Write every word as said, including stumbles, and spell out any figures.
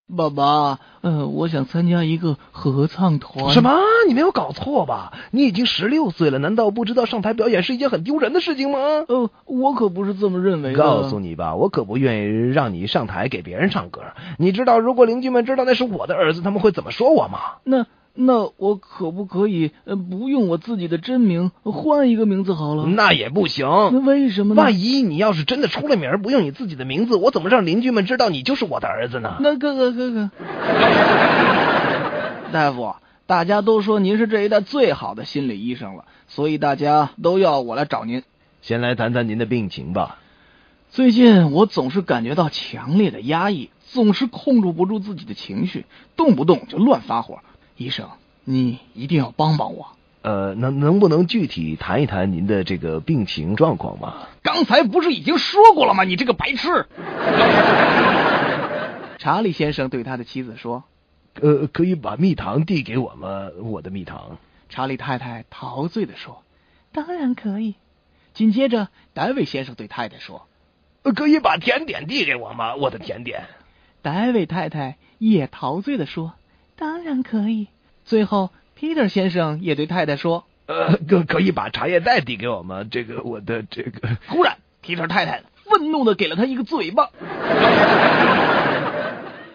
爸爸，呃，我想参加一个合唱团。 什么？你没有搞错吧？你已经十六岁了，难道不知道上台表演是一件很丢人的事情吗？ 呃，我可不是这么认为的。 告诉你吧，我可不愿意让你上台给别人唱歌。你知道，如果邻居们知道那是我的儿子，他们会怎么说我吗？ 那那我可不可以呃不用我自己的真名，换一个名字好了？ 那也不行。 那为什么呢？ 万一你要是真的出了名，不用你自己的名字，我怎么让邻居们知道你就是我的儿子呢？ 那哥哥哥哥，大夫，大家都说您是这一代最好的心理医生了，所以大家都要我来找您。 先来谈谈您的病情吧。 最近我总是感觉到强烈的压抑，总是控制不住自己的情绪，动不动就乱发火。医生，你一定要帮帮我。 呃，能能不能具体谈一谈您的这个病情状况吗？ 刚才不是已经说过了吗？你这个白痴！查理先生对他的妻子说：“ 呃，可以把蜜糖递给我吗？我的蜜糖。” 查理太太陶醉地说：“当然可以。”紧接着，戴维先生对太太说：“ 呃，可以把甜点递给我吗？我的甜点。” 戴维太太也陶醉地说：“当然可以。”最后，Peter 先生也对太太说：“ 呃，可可以把茶叶袋递给我吗？这个我的这个。” 忽然，Peter 太太愤怒地给了他一个嘴巴。